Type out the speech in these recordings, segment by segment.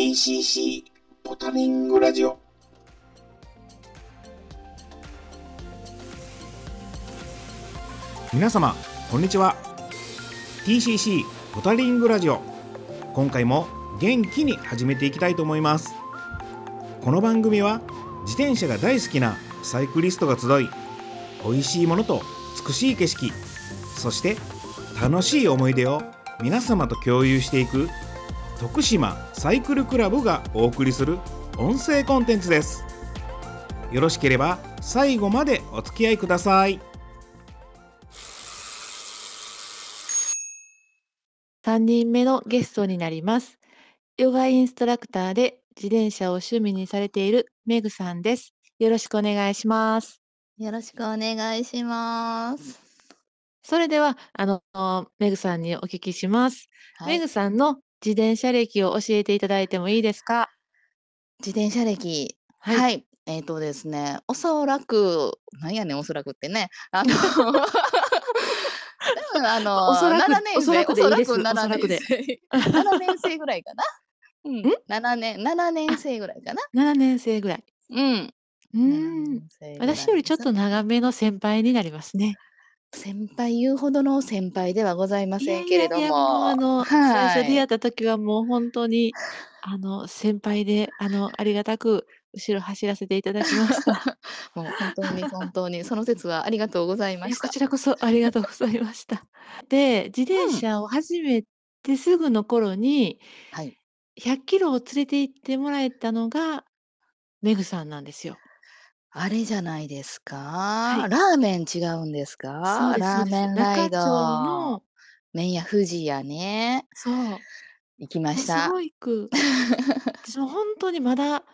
TCC ポタリングラジオ。 皆様こんにちは。 TCC ポタリングラジオ、今回も元気に始めていきたいと思います。この番組は自転車が大好きなサイクリストが集い、美味しいものと美しい景色、そして楽しい思い出を皆様と共有していく徳島サイクルクラブがお送りする音声コンテンツです。よろしければ最後までお付き合いください。 3人目のゲストになります。ヨガインストラクターで自転車を趣味にされているメグさんです。よろしくお願いします。 よろしくお願いします。 それではメグさんにお聞きします。 はい。 メグさんの自転車歴を教えていただいてもいいですか？ 自転車歴。 はい。 はい。ですね、おそらく、なんやねんおそらくってね。多分おそらく 7年生、 おそらくおそらくでいいです。お 7 そらくで。 年生。7年生ぐらいかな。うん、 ん 7年あ、 生ぐらいかな。 7年生ぐらい。 うん。 う 7 ーん。 年生ぐら私よりちょっいです。 と長めの先輩になりますね。 先輩言うほどの先輩ではございまいやせんけれいやいや、もうども、 最初はい。 出会った時はもうほんとに、先輩で、ありがたく後ろ走らせていただきました。 もう本当に本当に、その節はありがとうございいや、 ました。 こちらこそありがとうございました。で、自転うん。 車を始めてすぐの頃に、 はい。 100キロを連れて行ってもらえたのがメグさんなんですよ。 あれじゃないですか？ はい。 ラーメン違うんですか？ そうですそうラーです。 メンライ中町ド。 の麺屋富士屋ね。 そう行きまもうすした。 ごい私もほんとにまだ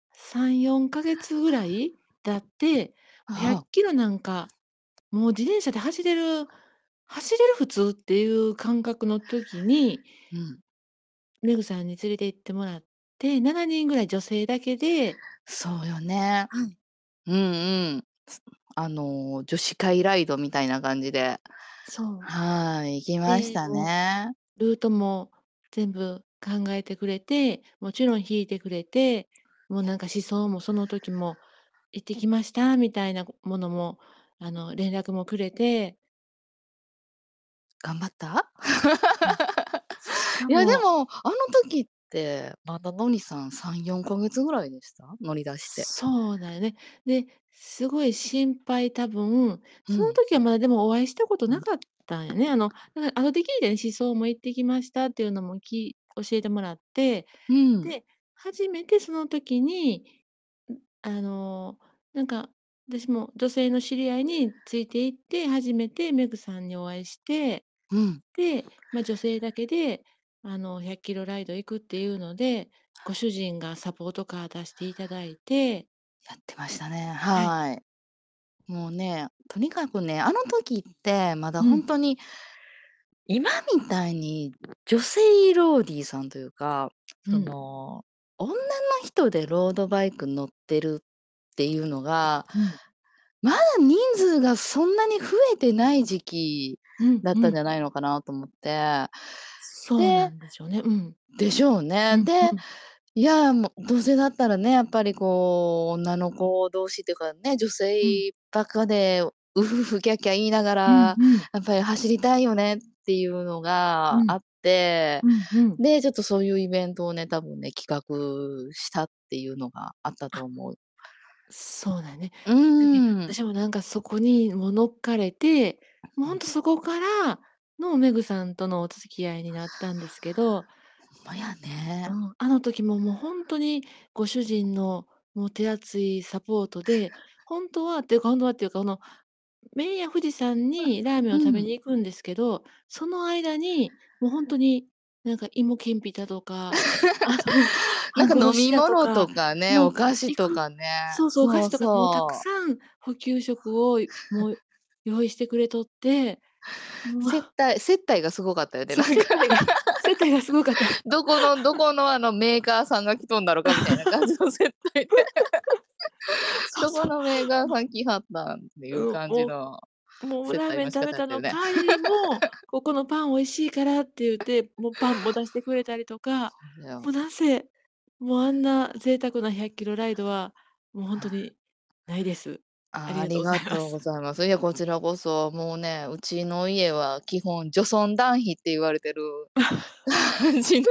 3、4ヶ月ぐらい経って、もう100 ああ、 キロなんか、もう自転車で走れる普通っていう感覚の時に、 うん。 メグさんに連れて行ってもらって、7人ぐらい女性だけで。 そうよね。 はい。 うんうん。女子会ライドみたいな感じで、 そう。 はい、行きましで、 たもうね。 ルートも全部考えてくれて、もちろん引いてくれて、もうなんか思想もその時も「行ってきました」みたいなものも、連絡もくれて、 頑張った？ うん、しかいや、でもも、時って、まだのりさん3、4ヶ月ぐらいでした？乗り出して。 そうだよね。で、すごい心配多分、そのうん。 時はまだでもお会いしたことうん。 なかったんよね。だから後で聞いてね、思想も行ってきましたっていうのも教えてもらって、 うん。 で、初めてその時に、あの、なんか、私も女性の知り合いについて行って、初めてメグさんにお会いして、 うん。 で、女性だけで、100キロライド行くっていうので、ご主人がサポートカー出していただいて。 やってましたね。 はい。 はい。もうね、とにかくね、あの時ってまだうん、 ほんとに、今みたいに女性ローディーさんというか、そうん、 の、女の人でロードバイク乗ってるっていうのが、 うん、 まだ人数がそんなに増えてない時期うん、 だっうん。 たんじゃないのかなと思って。 そうなでんでしょうね。うん。 でしょうね。 うん、 で、 うん、 いや、もうどうせだったらね、やっぱりこう、女の子同士っていうかね、女うん、 性ばっかで、うふふキャッキャ言いながうん、 ら、 うん、 やっぱり走りたいよねっていうのがうん、 あって、 うん、うん。 で、ちょっとそういうイベントをね、多分ね、企画したっていうのがあったとあ、 思う。 そうだね。 うーん。 私もなんかそこにもう乗っかれて、もうほんとそこからのメグさんとのお付き合いになったんですけど、 ほんまやね。 あの時ももうほんとにご主人のもう手厚いサポートで、ほんとはっていうか、麺屋富士山にラーメンを食べうん。 に行くんですけど、その間に、もうほんとに、なんか芋けんぴだとか、あの、 なんか半殺し飲み物とだとか、 かね、 もうお菓子行くとかね。 そうそう、お菓そう子とかもうたくそう。 さん補給食をもう用意してくれとって、もう接待がすごかったよね、 そう、 なんか接待がすごかった。 どこのメーカーさんが来とんだろうかみたいな感じの接待で、 そうそう。 どこのメーカーさん来はったんっていう感じものもうラー接待の仕メン食べた方やったよね。 の帰りも、ここのパン美味しいからって言って、もうパンも出してくれたりとか、 そうだよ。 もうなんせもうあんな贅沢な100キロライドは、もうほんとにないです。ありあがとうござりがとうごいます。 ざいます。いや、こちらこそ、もうね、うちの家は基本除村男妃って言われてる感じの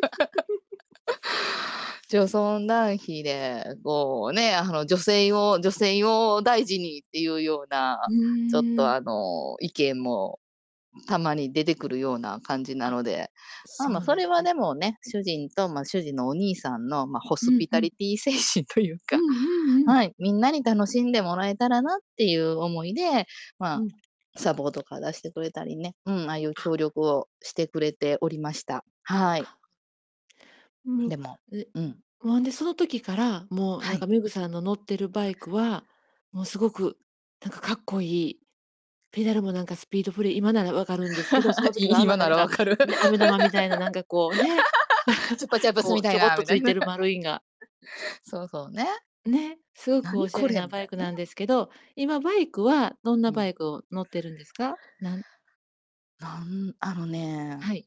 女尊男卑で、こうね、女性を大事にっていうような、 うちょっとーん。 意見もたまに出てくるような感じなあ、 ので、 そうそれはなんですね。 でもね、主人と、主人のお兄さんの、ホスピタうんうん。 リティ精神というか、 うんうんうん。 はい、みんなに楽しんでもらえたらなっていう思いで、まあ、 うん。 サポートカー出してくれたりね、ああいう協力をしてくれておりました。はい。 あ、もう、 でもえ、 うん、 もう、で、その時から、もうはい。 なんかメグさんの乗ってるバイクは、もうすごくなんかかっこいい、ペダルもなんかスピードフレー今なら分かるんですけど、その時は今ななんか、 らわかる。 ね、飴玉みたいななんかこうね、 チュッパチャプスみこうちょこったいなみたいな。 とついてる丸いんが、 そうそうね。 ね、すごくお何こしゃれれみたいなね。 なバイクなんですけど、今バイクはどんなうん。 バイクを乗ってるんですか？ あのね、 はい。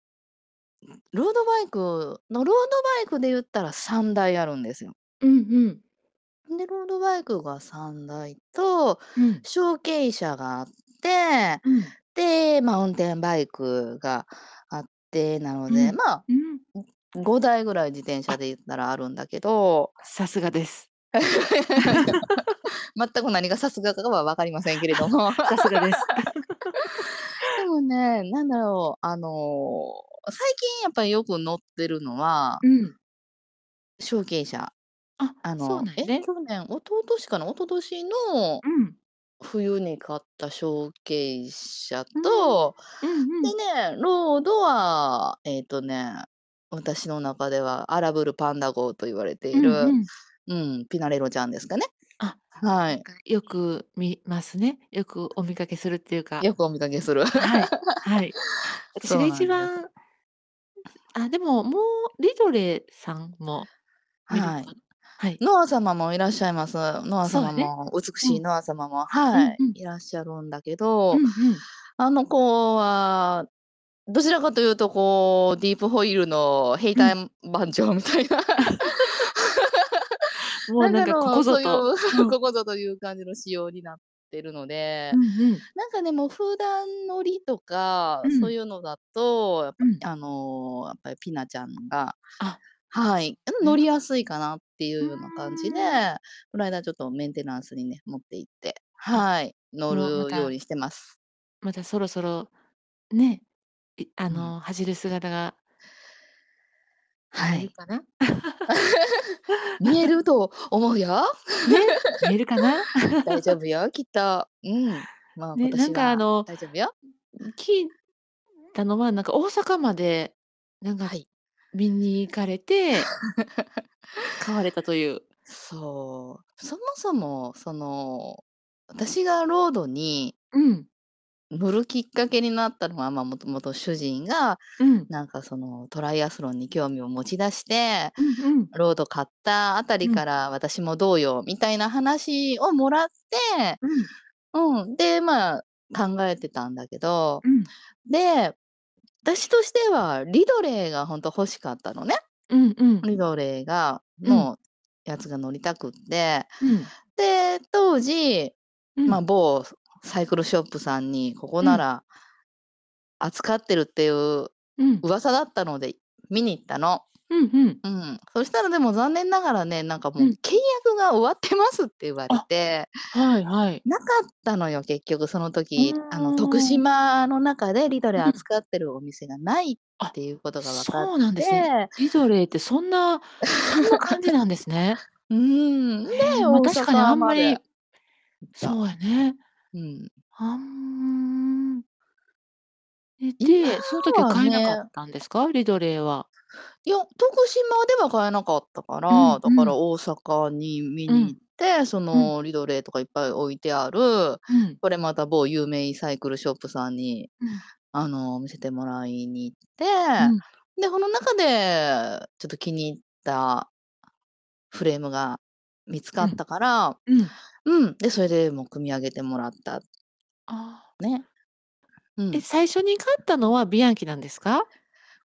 ロードバイクで言ったら3台あるんですよ。 うんうん。 で、ロードバイクが3台と、 うん。 ショーケイ車があって、 うん。 で、マウンテンバイクがあってなので、 うん。うん。 5台ぐらい自転車あ、 で言ったらあるんだけど、 さすがです。 全く何がさすがかは分かりませんけれども。 さすがです。 でもね、なんだろう、最近やっぱりよく乗ってるのは、 うん。 ショーケイ車。 あ、そうなんやね。 去年、一昨年かな、一昨年のうん。 冬に買ったショーケイ車うーん。 と、 うんうん。 でね、ロードは、私の中ではアラブルパンダ号と言われてういる、 んうん。 ピナレロちゃんですかね。 あ、 はい。 なんかよく見ますね。よくお見かけするっていうか、 よくお見かけする。 はい、はい。私がそうなんです。 一番でも、もうリドレーさんも見るはい。 かな。はい。 ノア様もいらっしゃいます。ノアそうやね。 様も、美うん。 しいノア様も、はい、 うんうん。 いらっしゃるんだけど、 うんうん。 あの子は、どちらかというとこう、ディープホイールの兵うん。 隊番長みたいな、 もうなんかここそういうぞと。うん。 ここぞという感じの仕様になってるので、 うんうん。 なんかね、もう普段乗りとか、そううん。 いうのだと、 うん。 やっぱりピナちゃんが、 あ、そはい、 うね。 乗りやすいかなっていううような感じで、 ーん。 この間ちょっとメンテナンスにね、持って行って、 あ、 はい、乗もうるようにしてます。 またそろそろね、 うん。 走る姿が見はい。 えるかな？ 見えると思うよ。 ね、見えるかな？ 大丈夫よ、きっと。今ね、なん年はか大丈夫よ。 聞いたのは、なんか大阪まで、なんかはい。 見に行かれて、買われたという。 そう、そもそも、私がロードにうん、 乗るきっかけになったのは、もともと主人が、 うん、 なんかトライアスロンに興味を持ち出して、 うんうん、 ロード買ったあたりうん、 から私もどうよみたいな話をもらって、 うん、 で、考えてたんだけど、 うん、 で、私としてはリドレーがほんと欲しかったのね。 うんうん、 リドレーうん、 のやつが乗りたくって。 うん、 で、当時、 うん、 某サイクルショップさんにここうん、 なら扱ってるっていううん、 噂だったので見に行ったの。 うん、うん、 そしたらでも残念ながらね、なんかもううん。 契約が終わってますって言われあ、 て、 はいはい。 なかったのよ、結局そのう時。徳ーん。 島の中でリドレーうん。 扱ってるお店がないっあ、 ていうことが分かっそうなんですね。 て、 リドレーってそんな感じなんですね。 で、 へえ、 大確かにあ阪までんまり行った。 そうやね。 うん。 あん。 今その時はは買えなかっね、 たんですか？リドレーは。 いや、徳島では買えなかったかうら、だかんうん、 ら大阪に見にうん、 行って、そうん、 のリドレーとかいっぱい置いてある、 うん、 これまた某有名サイクルショップさんに、 うん、 見せてもらいに行って、 うん、 で、この中でちょっと気に入ったフレームが見つかうん、 ったから、 うん。 で、それでもう組み上げてもらったああ。 ね。うん。 最初に買ったのはビアンキなんですか？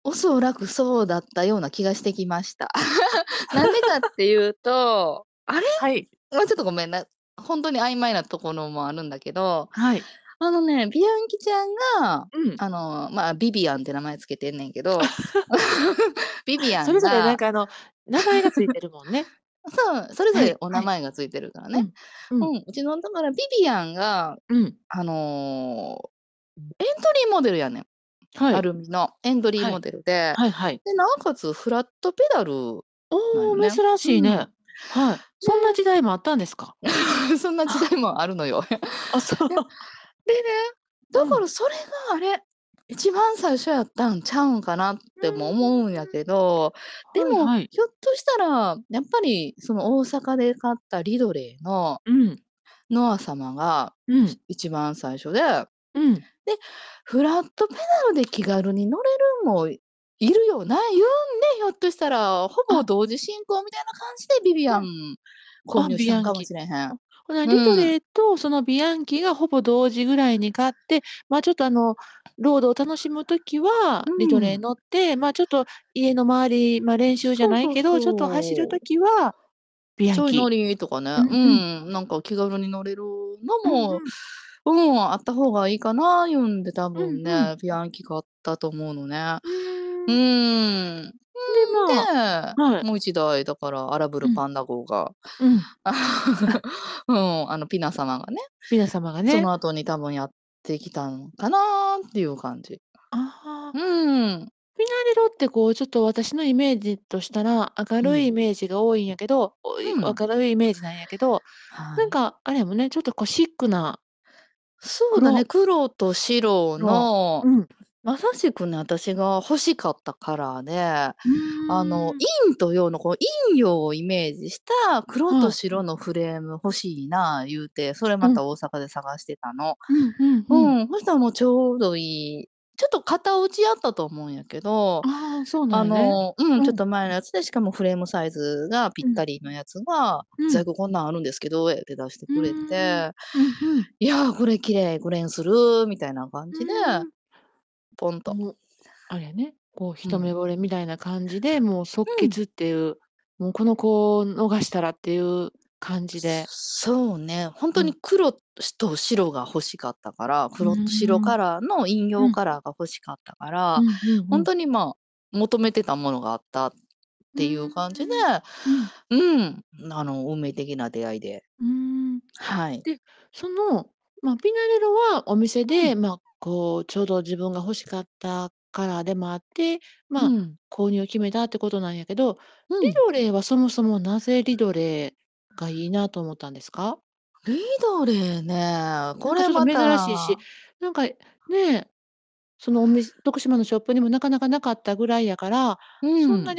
おそらくそうだったような気がしてきました。なんでかっていうと、あれ、 はい。 ちょっとごめんな。ほんとに曖昧なところもあるんだけど、 はい。 ビアンキちゃんが、 うん。 ビビアンって名前つけてんねんけど、ビビアそれぞれなんンがか名前がついてるもんね。 そう、それぞれお名はいはい。 前がついてるからね。 うん。うん。 うちのだからビビアンが、 うん。 エントリーモデルやねん。アはい。 ルミのエントリーはい。 モデルで、 はいはい。 で、なおかつフラットペダルなんおお、 よね。 珍しいうん。 ね。はい。そんな時代もあったんですか？ そんな時代もあるのよ。 あ、そう。 いや、でね、だうん。 からそれがあれ、一番最初やったんちゃうんかなっうても思うんやーん。 けど、でも、 はいはい。 ひょっとしたら、やっぱりその大阪で買ったリドレーのうん。 ノア様がうん。 一番最初で、 うん。 で、フラットペダルで気軽に乗れるもいるよな、言うんで、ひょっとしたら、ほぼあ、 同時進行みたいな感じでビビアうん。 ン購あ、 入したんかもビアンキ。 しれへん。 ほな、リドうん。 レーとそのビアンキがほぼ同時ぐらいに買って、ちょっとロードを楽しむ時はうリドレーん。 乗って、ちょっと家の周り、練習じゃそうそうないけど、ちょっと走るそう。 時はビアンちょい乗キ。 りとかね、 うんうん。 なんか気軽に乗れるのうんも、 うん。 あった方がいいかな言うんで、多うんうん。 分ね、ビアンキ買ったと思うのね。 うーうん。 ーん。 で、 で、 はい。 もう一台だからアラブうん。 ルパンダ号が、 うん。 ピナ様がね、 皆様がね。 その後に多分やってきたんかなっていう感じ。 ああ。 うーん。 ピナレロってちょっと私のイメージとしたら、明うん。 るいイメージが多いんやけど、 うん。 明るいイメージなんやけど、なんはい。 かあれやもんね、ちょっとシックなそうだね、 黒黒と白黒。 の、 うん。 まさしくね、私が欲しかったカラーで、 うーん。 陰と陽の陰陽をイメージした黒とはい。 白のフレーム欲しいな言うて、それうん。 また大阪で探してたの。 うんうんうん。 そしたらもうちょうどいい、ちょっと型落ちあったと思うんやけど、 ああ、そうなんやね。 ちょっうん。 と前のやつで、しかもフレームサイズがぴっうん。 たりのやつが、 うん。 在庫こんなんあるんですけど、って出してうくれーん。 て、 うんうん。 いや、これ綺麗、これにするみたいな感うじで、 ーん。 ポンと。 もう、あれやね、 うん。 一目惚れみたいな感じで、もう即うん。 決っていう、もうこの子を逃したらっていう感じで。 そうね、ほんとにうん。 黒と白が欲しかったから、 う黒と白ーん。 カラーの陰うん。 陽カラーが欲しかったから、 うんうんうん。 ほんとに、求めてたものがあったっうていう感じで、 ーん。うん。 運命的な出会いで。 うーん。 はい。 で、ピナレロはお店うん、 で、ちょうど自分が欲しかったカラーでもあって、 うん、 購入を決めたってことなんやけど、リうん。 ドレーはそもそもなぜリドレーがいいなと思ったんですか？ リドレーね、これまなんかちょっと珍しいし、 たなんかね、徳島のショップにもなかなかなかったぐらいやから、 うん。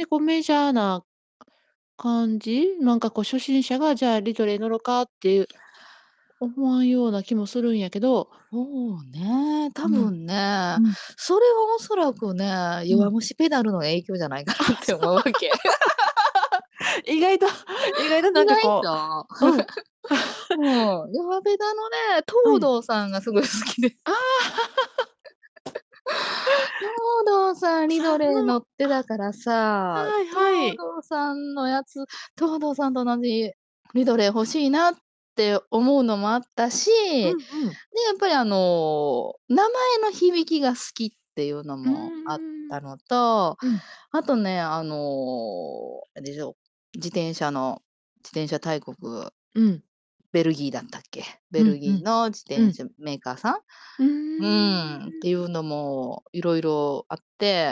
そんなにメジャーな感じ？なんか初心者がじゃあリトレー乗ろかっていう思わんような気もするんやけど。 そうね、多うん、 分ね、 うん、 それはおそらくね、 うん。 弱虫ペダルの影響じゃないかなあ、 って思うわけ。 意外と意外と意外と。 うん。 弱ペダのね、 うん。 東堂さんがすごい好きで。 ああ、 東堂さんリドレーさんの乗ってたからさ、 はい東はい。 堂さんのやつ、東堂さんと同じリドレー欲しいなって思うのもあったし、で、 うんうん。 やっぱり名前の響きが好きっていうのうーもあったん。 のと、 うん、 あとね、あれでしょ、自転車大国、 うん、 ベルギーだったっけ？ベルうんうん、 ギーの自うん。 転車メーカーさんうーってん。 いうのもいろいろあって、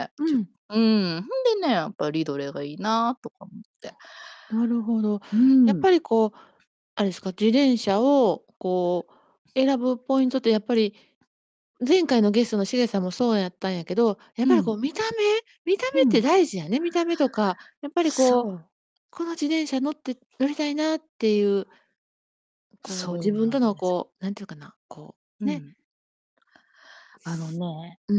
うん。 ほんでね、やっぱリドレーがいいなとか思って。 なるほど。 うやっん。 ぱりあれですか、自転車を選ぶポイントってやっぱり、前回のゲストのしげさんもそうやったんやけど、やっぱりうん。 見た目ってうん。 大事やね。見た目とか、やっぱりそう。 この自転車乗りたいなっていう、自そう分とのなんです。 なんていうかな、ね。 うん。あのね、 うん。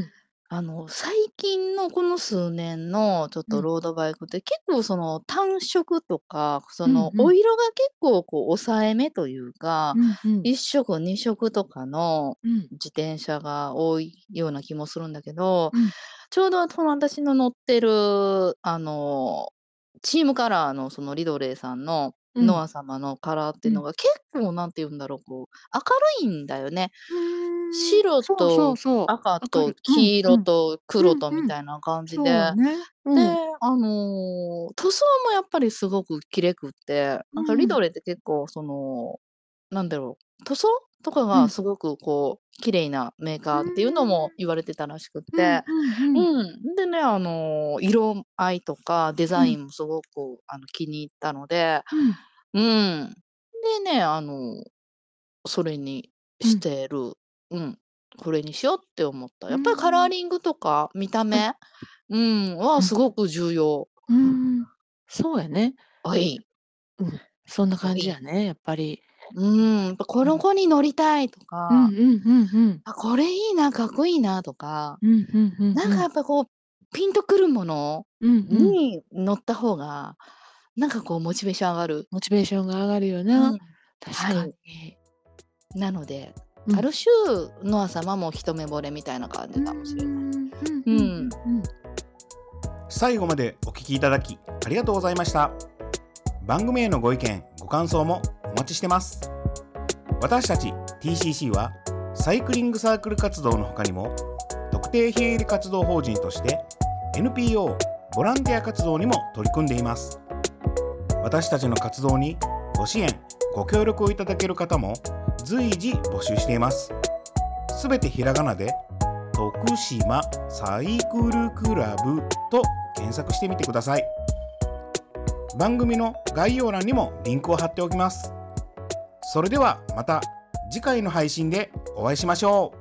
最近のこの数年のちょっとうん。 ロードバイクって結構その単色とか、そのうんうん。 お色が結構こう抑えめというか、 うんうん。 1色2色とかのうん。 自転車が多いような気もするんだけど、 うん。 ちょうどその私の乗ってる、チームカラーのそのリドレーさんのうん。 ノア様のカラーってうん。 いうのが結構なんて言うんだろう、こう明るいんだよね。白そうそうとそう。明る赤とい。うん黄色うん。 と黒うんうん。 とみたいな感じで、 そうね。 で、 うん。 塗装もやっぱりすごく綺麗くって、 うなんかリん。 ドレーって結構その、なんだろう、塗装とかうん。 がすごくこう綺麗なメーうーカーっていうのもん。 言われてたらしくっうんて、 うんうん。 うん。でね、色合いとかデうん。 ザインもすごく気に入ったので、 うん。 うん。でね、それにしうん。 てる。うん。これにしようって思った。 うーやっぱりカラーん。 リングとか見たはい。 目、うん、はうん。 すごく重要。 うーん。そうやね。 はい。 うん。そんな感じはい。 やね、やっぱり。 やっぱこうん。 の子に乗りたいとうんか、 うんうんうん。 あ、これいいな、かっこいいなとか、 うん、ふんふんなんかふん。 やっぱこう、ピンとくるものうんうん。 に乗った方が、なんかこうモチベーション上がる。 モチベーションが上がるよな。 うん。 確かはい。 に。 なので、 うん。 ある種、ノア様も一目惚れみたいな感うーじかもしれない。 ん。うんうんううん。 んうん。 最後までお聞きいただきありがとうございました。番組へのご意見ご感想もお待ちしてます。私たち TCC はサイクリングサークル活動の他にも特定非営利活動法人として NPO ボランティア活動にも取り組んでいます。私たちの活動にご支援ご協力をいただける方も随時募集しています。すべてひらがなで徳島サイクルクラブと検索してみてください。番組の概要欄にもリンクを貼っておきます。それではまた次回の配信でお会いしましょう。